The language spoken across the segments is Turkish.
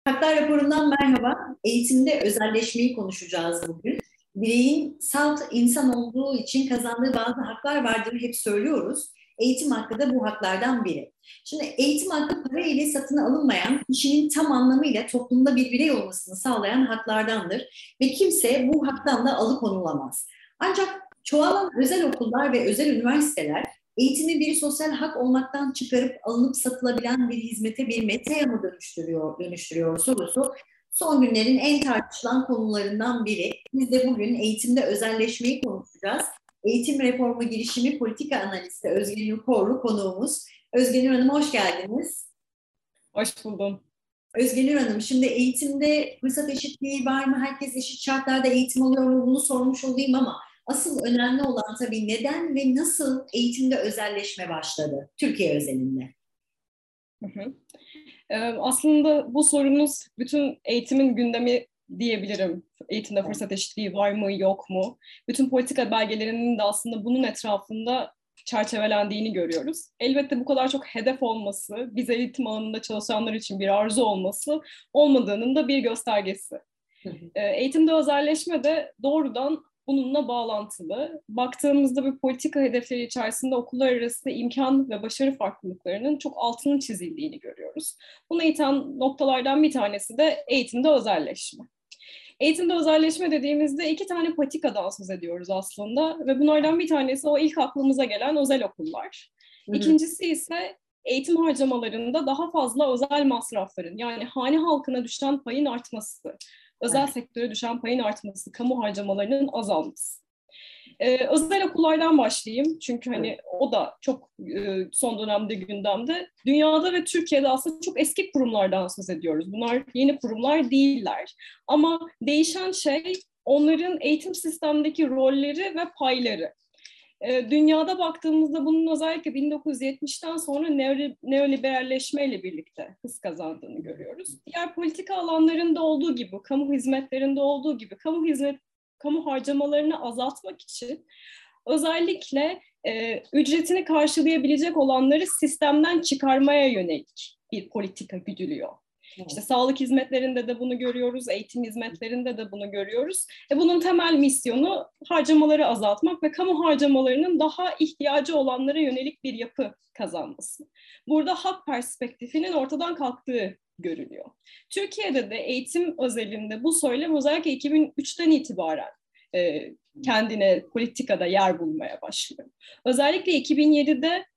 Haklar raporundan merhaba. Eğitimde özelleşmeyi konuşacağız bugün. Bireyin salt insan olduğu için kazandığı bazı haklar vardır hep söylüyoruz. Eğitim hakkı da bu haklardan biri. Şimdi eğitim hakkı para ile satın alınmayan, kişinin tam anlamıyla toplumda bir birey olmasını sağlayan haklardandır. Ve kimse bu haktan da alıkonulamaz. Ancak çoğalan özel okullar ve özel üniversiteler eğitimi bir sosyal hak olmaktan çıkarıp alınıp satılabilen bir hizmete, bir metaya mı dönüştürüyor sorusu son günlerin en tartışılan konularından biri. Biz de bugün eğitimde özelleşmeyi konuşacağız. Eğitim reformu girişimi politika analisti Özgür Korlu konuğumuz. Özgür Hanım hoş geldiniz. Hoş buldum. Özgür Hanım, şimdi eğitimde fırsat eşitliği var mı? Herkes eşit şartlarda eğitim alıyor mu? Bunu sormuş olayım ama asıl önemli olan tabii neden ve nasıl eğitimde özelleşme başladı Türkiye özelinde? Hı hı. Aslında bu sorunuz bütün eğitimin gündemi diyebilirim. Eğitimde fırsat eşitliği var mı, yok mu? Bütün politika belgelerinin de aslında bunun etrafında çerçevelendiğini görüyoruz. Elbette bu kadar çok hedef olması, biz eğitim alanında çalışanlar için bir arzu olması olmadığının da bir göstergesi. Eğitimde özelleşme de doğrudan bununla bağlantılı. Baktığımızda bir politika hedefleri içerisinde okullar arası imkan ve başarı farklılıklarının çok altının çizildiğini görüyoruz. Bunu iten noktalardan bir tanesi de eğitimde özelleşme. Eğitimde özelleşme dediğimizde iki tane patikadan söz ediyoruz aslında ve bunlardan bir tanesi o ilk aklımıza gelen özel okullar. İkincisi ise eğitim harcamalarında daha fazla özel masrafların yani hane halkına düşen payın artması, özel sektöre düşen payın artması, kamu harcamalarının azalması. Özel okullardan başlayayım çünkü hani o da çok son dönemde gündemde. Dünyada ve Türkiye'de aslında çok eski kurumlardan söz ediyoruz. Bunlar yeni kurumlar değiller. Ama değişen şey onların eğitim sistemindeki rolleri ve payları. Dünyada baktığımızda bunun özellikle 1970'ten sonra neoliberalleşmeyle birlikte hız kazandığını görüyoruz. Diğer politika alanlarında olduğu gibi, kamu hizmetlerinde olduğu gibi kamu harcamalarını azaltmak için özellikle ücretini karşılayabilecek olanları sistemden çıkarmaya yönelik bir politika güdülüyor. İşte sağlık hizmetlerinde de bunu görüyoruz, eğitim hizmetlerinde de bunu görüyoruz. Bunun temel misyonu harcamaları azaltmak ve kamu harcamalarının daha ihtiyacı olanlara yönelik bir yapı kazanması. Burada hak perspektifinin ortadan kalktığı görülüyor. Türkiye'de de eğitim özelinde bu söylem özellikle 2003'ten itibaren kendine politikada yer bulmaya başlıyor. Özellikle 2007'de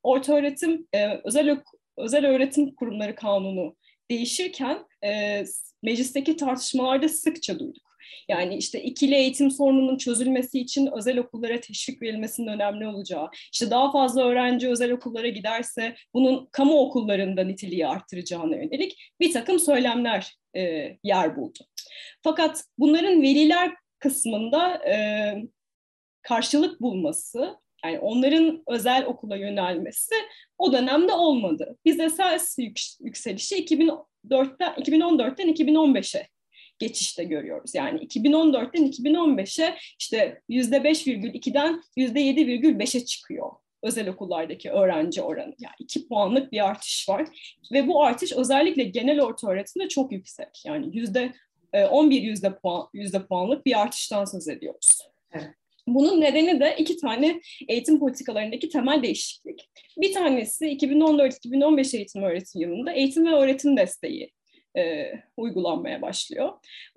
özel öğretim kurumları kanunu değişirken meclisteki tartışmalarda sıkça duyduk. Yani işte ikili eğitim sorununun çözülmesi için özel okullara teşvik verilmesinin önemli olacağı, işte daha fazla öğrenci özel okullara giderse bunun kamu okullarında niteliği arttıracağına yönelik bir takım söylemler yer buldu. Fakat bunların veliler kısmında karşılık bulması, yani onların özel okula yönelmesi o dönemde olmadı. Biz esas yükselişi 2014'ten 2015'e geçişte görüyoruz. Yani 2014'ten 2015'e işte %5,2'den %7,5'e çıkıyor özel okullardaki öğrenci oranı. Yani 2 puanlık bir artış var. Ve bu artış özellikle genel orta öğretimde çok yüksek. Yani yüzde puanlık bir artıştan söz ediyoruz. Evet. Bunun nedeni de iki tane eğitim politikalarındaki temel değişiklik. Bir tanesi 2014-2015 eğitim öğretim yılında eğitim ve öğretim desteği uygulanmaya başlıyor.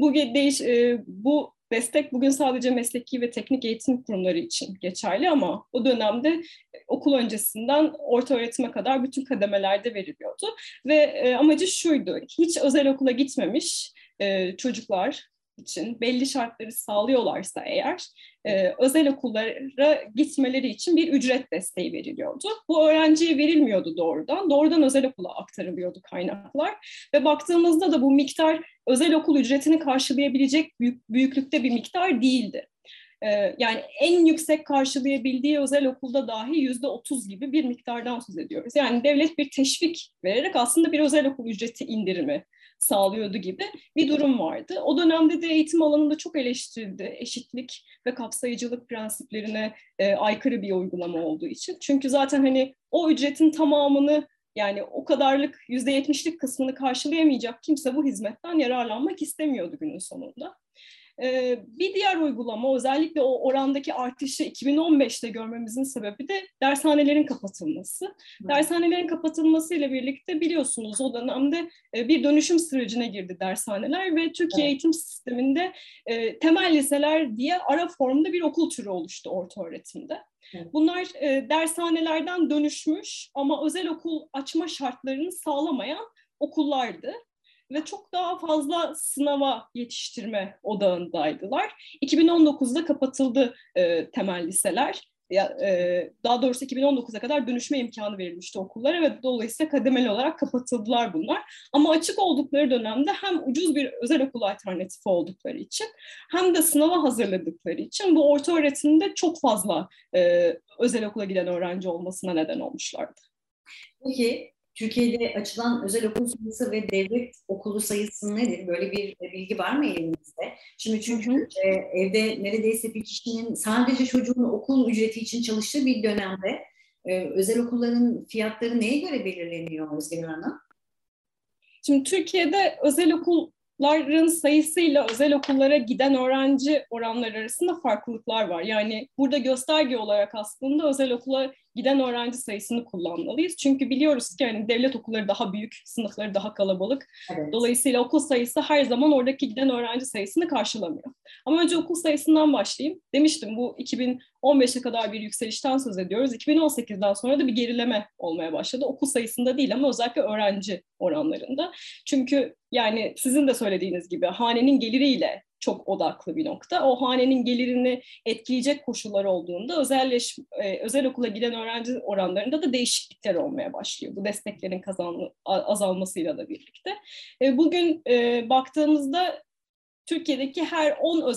Bu destek bugün sadece mesleki ve teknik eğitim kurumları için geçerli ama o dönemde okul öncesinden orta öğretime kadar bütün kademelerde veriliyordu. Ve amacı şuydu, hiç özel okula gitmemiş çocuklar için belli şartları sağlıyorlarsa eğer özel okullara gitmeleri için bir ücret desteği veriliyordu. Bu öğrenciye verilmiyordu doğrudan. Doğrudan özel okula aktarılıyordu kaynaklar. Ve baktığımızda da bu miktar özel okul ücretini karşılayabilecek büyüklükte bir miktar değildi. Yani en yüksek karşılayabildiği özel okulda dahi %30 gibi bir miktardan söz ediyoruz. Yani devlet bir teşvik vererek aslında bir özel okul ücreti indirimi sağlıyordu gibi bir durum vardı. O dönemde de eğitim alanında çok eleştirildi. Eşitlik ve kapsayıcılık prensiplerine aykırı bir uygulama olduğu için. Çünkü zaten hani o ücretin tamamını Yani o kadarlık %70'lik kısmını karşılayamayacak kimse bu hizmetten yararlanmak istemiyordu günün sonunda. Bir diğer uygulama, özellikle o orandaki artışı 2015'te görmemizin sebebi de dershanelerin kapatılması. Dershanelerin kapatılmasıyla birlikte biliyorsunuz o dönemde bir dönüşüm sürecine girdi dershaneler ve Türkiye eğitim sisteminde temel liseler diye ara formda bir okul türü oluştu orta öğretimde. Bunlar dershanelerden dönüşmüş ama özel okul açma şartlarını sağlamayan okullardı. Ve çok daha fazla sınava yetiştirme odağındaydılar. 2019'da kapatıldı temel liseler. Daha doğrusu 2019'a kadar dönüşme imkanı verilmişti okullara ve dolayısıyla kademeli olarak kapatıldılar bunlar. Ama açık oldukları dönemde hem ucuz bir özel okul alternatifi oldukları için hem de sınava hazırladıkları için bu orta öğretimde çok fazla özel okula giden öğrenci olmasına neden olmuşlardı. Peki Türkiye'de açılan özel okul sayısı ve devlet okulu sayısı nedir? Böyle bir bilgi var mı elinizde? Şimdi çünkü evde neredeyse bir kişinin sadece çocuğun okul ücreti için çalıştığı bir dönemde özel okulların fiyatları neye göre belirleniyor Özgür Hanım? Şimdi Türkiye'de özel okulların sayısıyla özel okullara giden öğrenci oranları arasında farklılıklar var. Yani burada gösterge olarak aslında özel okula giden öğrenci sayısını kullanmalıyız. Çünkü biliyoruz ki yani devlet okulları daha büyük, sınıfları daha kalabalık. Evet. Dolayısıyla okul sayısı her zaman oradaki giden öğrenci sayısını karşılamıyor. Ama önce okul sayısından başlayayım. Demiştim bu 2015'e kadar bir yükselişten söz ediyoruz. 2018'den sonra da bir gerileme olmaya başladı. Okul sayısında değil ama özellikle öğrenci oranlarında. Çünkü yani sizin de söylediğiniz gibi hanenin geliriyle çok odaklı bir nokta. O hanenin gelirini etkileyecek koşullar olduğunda özel okula giden öğrenci oranlarında da değişiklikler olmaya başlıyor. Bu desteklerin azalmasıyla da birlikte. Bugün baktığımızda Türkiye'deki her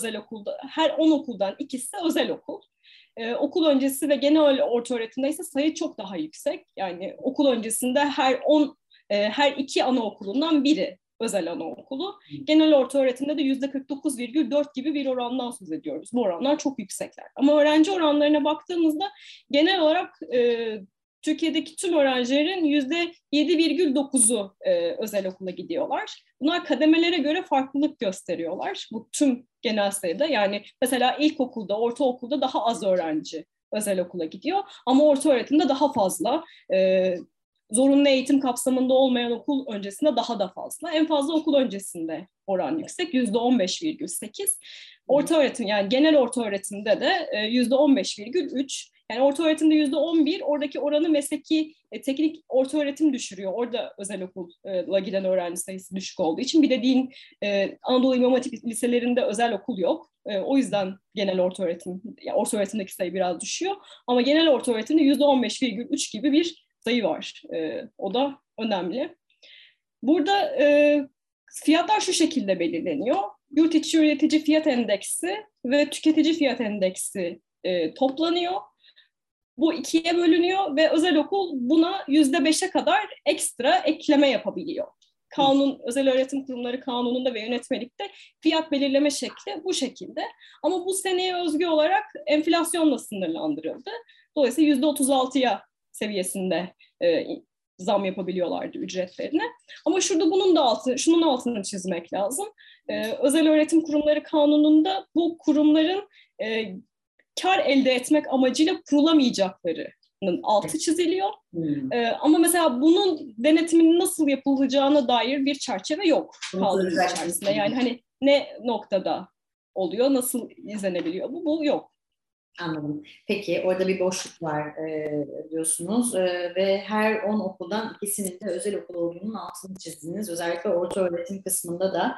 10 okuldan ikisi özel okul. Okul öncesi ve genel orta öğretimde ise sayı çok daha yüksek. Yani okul öncesinde her 2 anaokulundan biri özel anaokulu. Genel orta öğretimde de %49,4 gibi bir orandan söz ediyoruz. Bu oranlar çok yüksekler. Ama öğrenci oranlarına baktığımızda genel olarak Türkiye'deki tüm öğrencilerin %7,9'u özel okula gidiyorlar. Bunlar kademelere göre farklılık gösteriyorlar. Bu tüm genel sayıda. Yani mesela ilkokulda, ortaokulda daha az öğrenci özel okula gidiyor. Ama orta öğretimde daha fazla. Zorunlu eğitim kapsamında olmayan okul öncesinde daha da fazla. En fazla okul öncesinde oran yüksek, %15,8. Orta öğretim yani genel orta öğretimde de %15,3. Yani orta öğretimde %11, oradaki oranı mesleki teknik orta öğretim düşürüyor. Orada özel okula giden öğrenci sayısı düşük olduğu için. Bir de Anadolu İmam Hatip liselerinde özel okul yok. O yüzden genel orta öğretim, yani orta öğretimdeki sayı biraz düşüyor. Ama genel orta öğretimde %15,3 gibi bir sayı var. O da önemli. Burada fiyatlar şu şekilde belirleniyor. Yurt içi üretici fiyat endeksi ve tüketici fiyat endeksi toplanıyor. Bu ikiye bölünüyor ve özel okul buna %5'e kadar ekstra ekleme yapabiliyor. Özel öğretim kurumları kanununda ve yönetmelikte fiyat belirleme şekli bu şekilde. Ama bu seneye özgü olarak enflasyonla sınırlandırıldı. Dolayısıyla %36'ya seviyesinde zam yapabiliyorlardı ücretlerine. Ama şurada şunun altını çizmek lazım. Özel öğretim kurumları kanununda bu kurumların kar elde etmek amacıyla kurulamayacaklarının altı çiziliyor. Ama mesela bunun denetiminin nasıl yapılacağına dair bir çerçeve yok kanun içerisinde. Yani hani ne noktada oluyor, nasıl izlenebiliyor bu yok. Anladım. Peki orada bir boşluk var diyorsunuz ve her 10 okuldan ikisinin de özel okul olduğunun altını çizdiniz. Özellikle orta öğretim kısmında da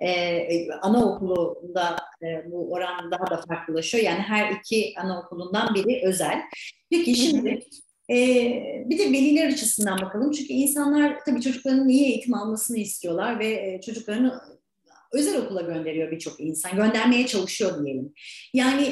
anaokulunda bu oran daha da farklılaşıyor. Yani her 2 anaokulundan biri özel. Peki şimdi bir de veliler açısından bakalım. Çünkü insanlar tabii çocuklarının iyi eğitim almasını istiyorlar ve çocuklarını özel okula gönderiyor birçok insan. Göndermeye çalışıyor diyelim. Yani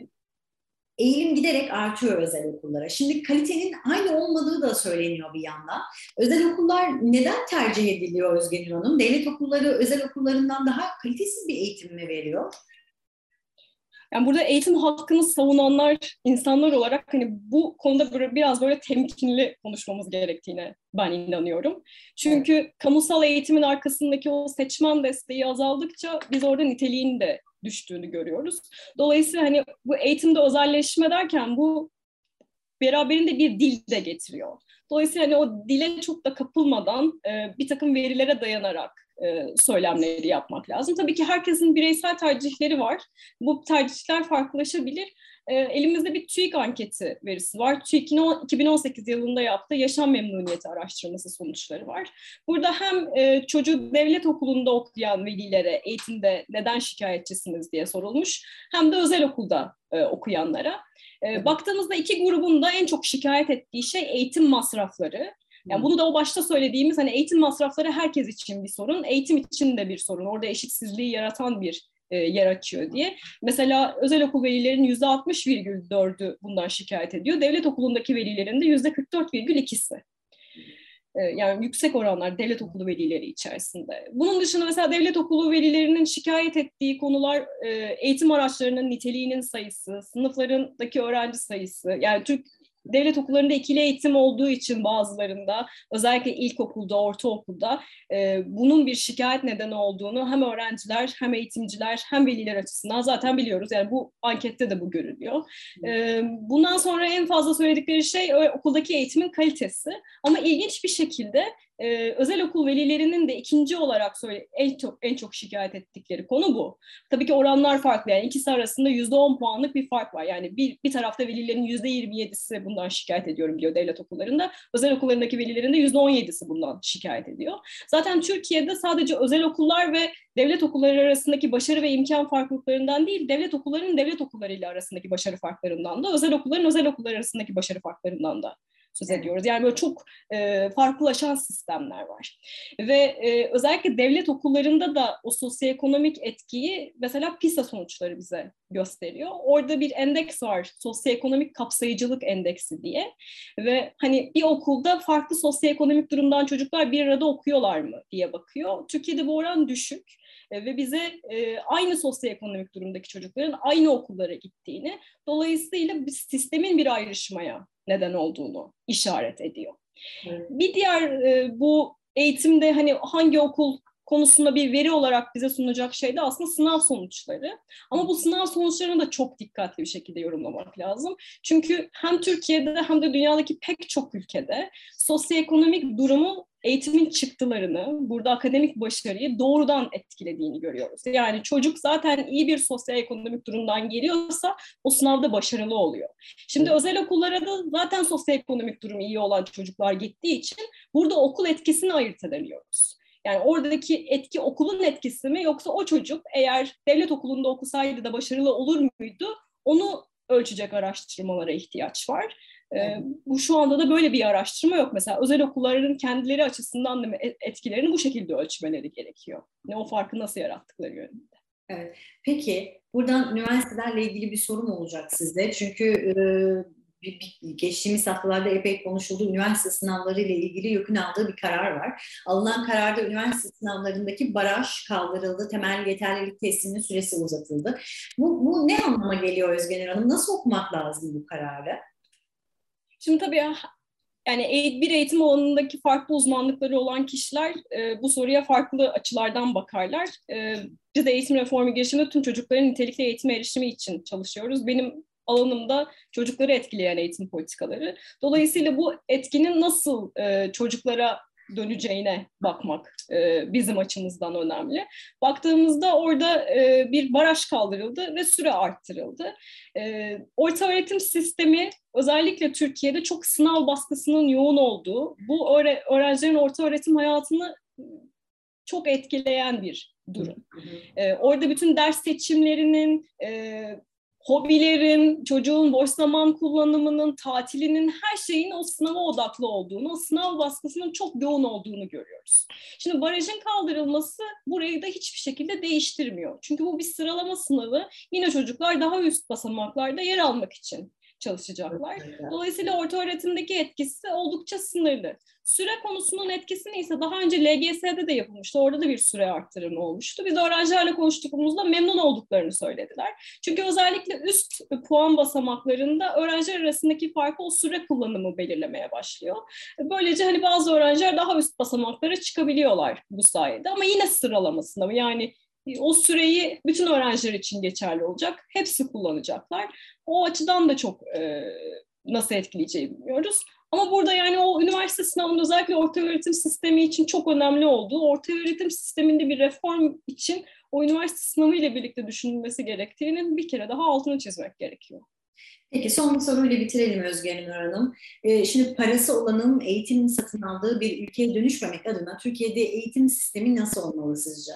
eğilim giderek artıyor özel okullara. Şimdi kalitenin aynı olmadığı da söyleniyor bir yandan. Özel okullar neden tercih ediliyor Özgür Hanım? Devlet okulları özel okullarından daha kalitesiz bir eğitim mi veriyor? Yani burada eğitim hakkını savunanlar, insanlar olarak hani bu konuda biraz böyle temkinli konuşmamız gerektiğine ben inanıyorum. Çünkü kamusal eğitimin arkasındaki o seçmen desteği azaldıkça biz orada niteliğin de düştüğünü görüyoruz. Dolayısıyla hani bu eğitimde özelleşme derken bu beraberinde bir dil de getiriyor. Dolayısıyla hani o dile çok da kapılmadan bir takım verilere dayanarak söylemleri yapmak lazım. Tabii ki herkesin bireysel tercihleri var. Bu tercihler farklılaşabilir. Elimizde bir TÜİK anketi verisi var. TÜİK'in 2018 yılında yaptığı yaşam memnuniyeti araştırması sonuçları var. Burada hem çocuğu devlet okulunda okuyan velilere eğitimde neden şikayetçisiniz diye sorulmuş, hem de özel okulda okuyanlara. Baktığımızda iki grubun da en çok şikayet ettiği şey eğitim masrafları. Yani bunu da o başta söylediğimiz hani eğitim masrafları herkes için bir sorun, eğitim için de bir sorun. Orada eşitsizliği yaratan bir yer açıyor diye. Mesela özel okul velilerinin %60,4'ü bundan şikayet ediyor. Devlet okulundaki velilerin de %44,2'si. Yani yüksek oranlar devlet okulu velileri içerisinde. Bunun dışında mesela devlet okulu velilerinin şikayet ettiği konular eğitim araçlarının niteliğinin sayısı, sınıflarındaki öğrenci sayısı. Yani Türk devlet okullarında ikili eğitim olduğu için bazılarında özellikle ilkokulda, ortaokulda bunun bir şikayet nedeni olduğunu hem öğrenciler hem eğitimciler hem veliler açısından zaten biliyoruz. Yani bu ankette de bu görülüyor. Bundan sonra en fazla söyledikleri şey okuldaki eğitimin kalitesi. Ama ilginç bir şekilde özel okul velilerinin de ikinci olarak en çok şikayet ettikleri konu bu. Tabii ki oranlar farklı. Yani ikisi arasında %10 puanlık bir fark var. Yani bir tarafta velilerin %27'si bundan şikayet ediyorum diyor devlet okullarında. Özel okullarındaki velilerin de %17'si bundan şikayet ediyor. Zaten Türkiye'de sadece özel okullar ve devlet okulları arasındaki başarı ve imkan farklılıklarından değil, devlet okullarının devlet okullarıyla arasındaki başarı farklarından da, özel okulların özel okullar arasındaki başarı farklarından da söz ediyoruz. Yani böyle çok farklılaşan sistemler var. Ve özellikle devlet okullarında da o sosyoekonomik etkiyi mesela PISA sonuçları bize gösteriyor. Orada bir endeks var, sosyoekonomik kapsayıcılık endeksi diye. Ve hani bir okulda farklı sosyoekonomik durumdan çocuklar bir arada okuyorlar mı diye bakıyor. Türkiye'de bu oran düşük. Ve bize aynı sosyoekonomik durumdaki çocukların aynı okullara gittiğini, dolayısıyla sistemin bir ayrışmaya neden olduğunu işaret ediyor. Evet. Bir diğer bu eğitimde hani hangi okul konusunda bir veri olarak bize sunulacak şey de aslında sınav sonuçları. Ama bu sınav sonuçlarını da çok dikkatli bir şekilde yorumlamak lazım. Çünkü hem Türkiye'de hem de dünyadaki pek çok ülkede sosyoekonomik durumun eğitimin çıktılarını, burada akademik başarıyı doğrudan etkilediğini görüyoruz. Yani çocuk zaten iyi bir sosyoekonomik durumdan geliyorsa o sınavda başarılı oluyor. Şimdi özel okullara da zaten sosyoekonomik durum iyi olan çocuklar gittiği için burada okul etkisini ayırt edemiyoruz. Yani oradaki etki okulun etkisi mi, yoksa o çocuk eğer devlet okulunda okusaydı da başarılı olur muydu? Onu ölçecek araştırmalara ihtiyaç var. Bu şu anda da böyle bir araştırma yok. Mesela özel okulların kendileri açısından da etkilerini bu şekilde ölçmeleri gerekiyor. O farkı nasıl yarattıkları yönünde. Evet. Peki buradan üniversitelerle ilgili bir sorum olacak sizde. Çünkü geçtiğimiz haftalarda epey konuşuldu. Üniversite sınavları ile ilgili YÖK'ün aldığı bir karar var. Alınan kararda üniversite sınavlarındaki baraj kaldırıldı. Temel yeterlilik testinin süresi uzatıldı. Bu ne anlama geliyor Özgen Hanım? Nasıl okumak lazım bu kararı? Şimdi tabii yani bir eğitim alanındaki farklı uzmanlıkları olan kişiler bu soruya farklı açılardan bakarlar. Biz de eğitim reformu girişiminde tüm çocukların nitelikli eğitime erişimi için çalışıyoruz. Benim alanımda çocukları etkileyen eğitim politikaları. Dolayısıyla bu etkinin nasıl çocuklara döneceğine bakmak bizim açımızdan önemli. Baktığımızda orada bir baraj kaldırıldı ve süre arttırıldı. Orta öğretim sistemi özellikle Türkiye'de çok sınav baskısının yoğun olduğu, bu öğrencilerin orta öğretim hayatını çok etkileyen bir durum. Orada bütün ders seçimlerinin, hobilerin, çocuğun boş zaman kullanımının, tatilinin, her şeyin o sınava odaklı olduğunu, o sınav baskısının çok yoğun olduğunu görüyoruz. Şimdi barajın kaldırılması burayı da hiçbir şekilde değiştirmiyor. Çünkü bu bir sıralama sınavı. Yine çocuklar daha üst basamaklarda yer almak için çalışacaklar. Dolayısıyla ortaöğretimdeki etkisi oldukça sınırlı. Süre konusunun etkisini ise daha önce LGS'de de yapılmıştı. Orada da bir süre arttırımı olmuştu. Biz öğrencilerle konuştuğumuzda memnun olduklarını söylediler. Çünkü özellikle üst puan basamaklarında öğrenciler arasındaki farkı o süre kullanımı belirlemeye başlıyor. Böylece hani bazı öğrenciler daha üst basamaklara çıkabiliyorlar bu sayede. Ama yine sıralamasında, yani o süreyi bütün öğrenciler için geçerli olacak. Hepsi kullanacaklar. O açıdan da çok nasıl etkileyeceği bilmiyoruz. Ama burada yani o üniversite sınavının özellikle ortaöğretim sistemi için çok önemli olduğu, ortaöğretim sisteminde bir reform için o üniversite sınavı ile birlikte düşünülmesi gerektiğinin bir kere daha altını çizmek gerekiyor. Peki son bir soruyla bitirelim Özge Nur Hanım. Şimdi parası olanın eğitim satın aldığı bir ülkeye dönüşmemek adına Türkiye'de eğitim sistemi nasıl olmalı sizce?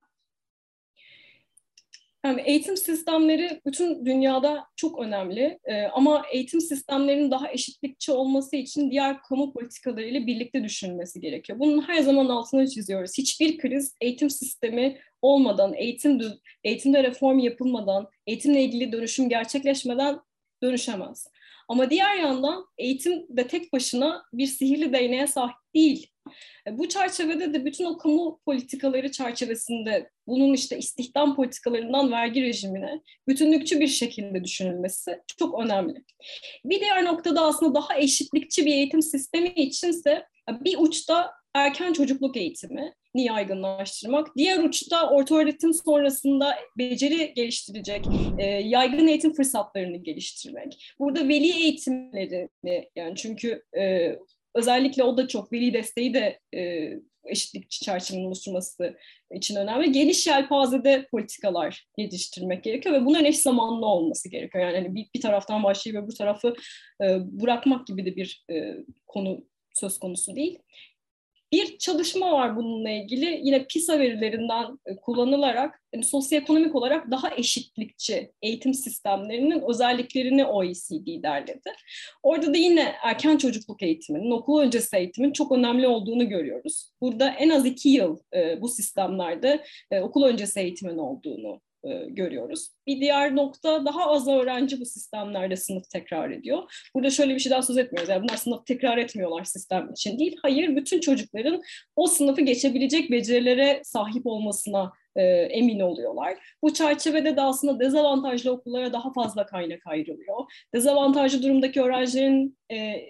Yani eğitim sistemleri bütün dünyada çok önemli ama eğitim sistemlerinin daha eşitlikçi olması için diğer kamu politikalarıyla birlikte düşünülmesi gerekiyor. Bunun her zaman altını çiziyoruz. Hiçbir kriz eğitim sistemi olmadan, eğitimde reform yapılmadan, eğitimle ilgili dönüşüm gerçekleşmeden dönüşemez. Ama diğer yandan eğitim de tek başına bir sihirli değneğe sahip değil. Bu çerçevede de bütün o kamu politikaları çerçevesinde bunun işte istihdam politikalarından vergi rejimine bütünlükçü bir şekilde düşünülmesi çok önemli. Bir diğer noktada aslında daha eşitlikçi bir eğitim sistemi içinse bir uçta erken çocukluk eğitimi yaygınlaştırmak, diğer uçta ortaöğretim sonrasında beceri geliştirecek yaygın eğitim fırsatlarını geliştirmek. Burada veli eğitimlerini, yani çünkü özellikle o da çok, veli desteği de eşitlikçi çerçevenin oluşturması için önemli. Geniş yelpazede politikalar geliştirmek gerekiyor ve bunların eş zamanlı olması gerekiyor. Yani hani bir taraftan başlayıp öbür tarafı bırakmak gibi de bir konu söz konusu değil. Bir çalışma var bununla ilgili, yine PISA verilerinden kullanılarak yani sosyoekonomik olarak daha eşitlikçi eğitim sistemlerinin özelliklerini OECD derledi. Orada da yine erken çocukluk eğitiminin, okul öncesi eğitimin çok önemli olduğunu görüyoruz. Burada en az 2 yıl bu sistemlerde okul öncesi eğitimin olduğunu görüyoruz. Bir diğer nokta, daha az öğrenci bu sistemlerde sınıf tekrar ediyor. Burada şöyle bir şeyden söz etmiyoruz. Yani bunlar sınıf tekrar etmiyorlar sistem için değil. Hayır, bütün çocukların o sınıfı geçebilecek becerilere sahip olmasına emin oluyorlar. Bu çerçevede de aslında dezavantajlı okullara daha fazla kaynak ayrılıyor. Dezavantajlı durumdaki öğrencilerin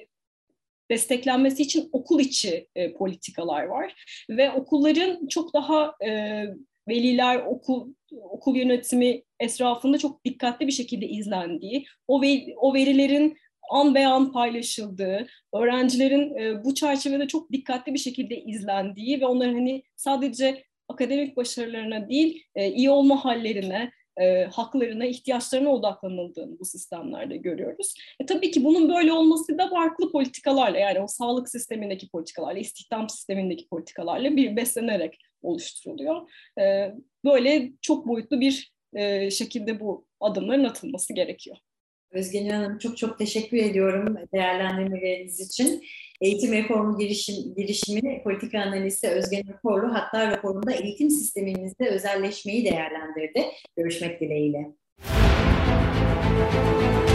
desteklenmesi için okul içi politikalar var. Ve okulların çok daha veliler, okul yönetimi etrafında çok dikkatli bir şekilde izlendiği, o verilerin an be an paylaşıldığı, öğrencilerin bu çerçevede çok dikkatli bir şekilde izlendiği ve onların hani sadece akademik başarılarına değil, iyi olma hallerine, haklarına, ihtiyaçlarına odaklanıldığını bu sistemlerde görüyoruz. Tabii ki bunun böyle olması da farklı politikalarla, yani o sağlık sistemindeki politikalarla, istihdam sistemindeki politikalarla bir beslenerek oluşturuluyor. Böyle çok boyutlu bir şekilde bu adımların atılması gerekiyor. Özge Hanım, çok çok teşekkür ediyorum değerlendirmeleriniz için. Eğitim reformu girişimi politika analisti Özge Korlu hatta raporunda eğitim sistemimizde özelleşmeyi değerlendirdi. Görüşmek dileğiyle.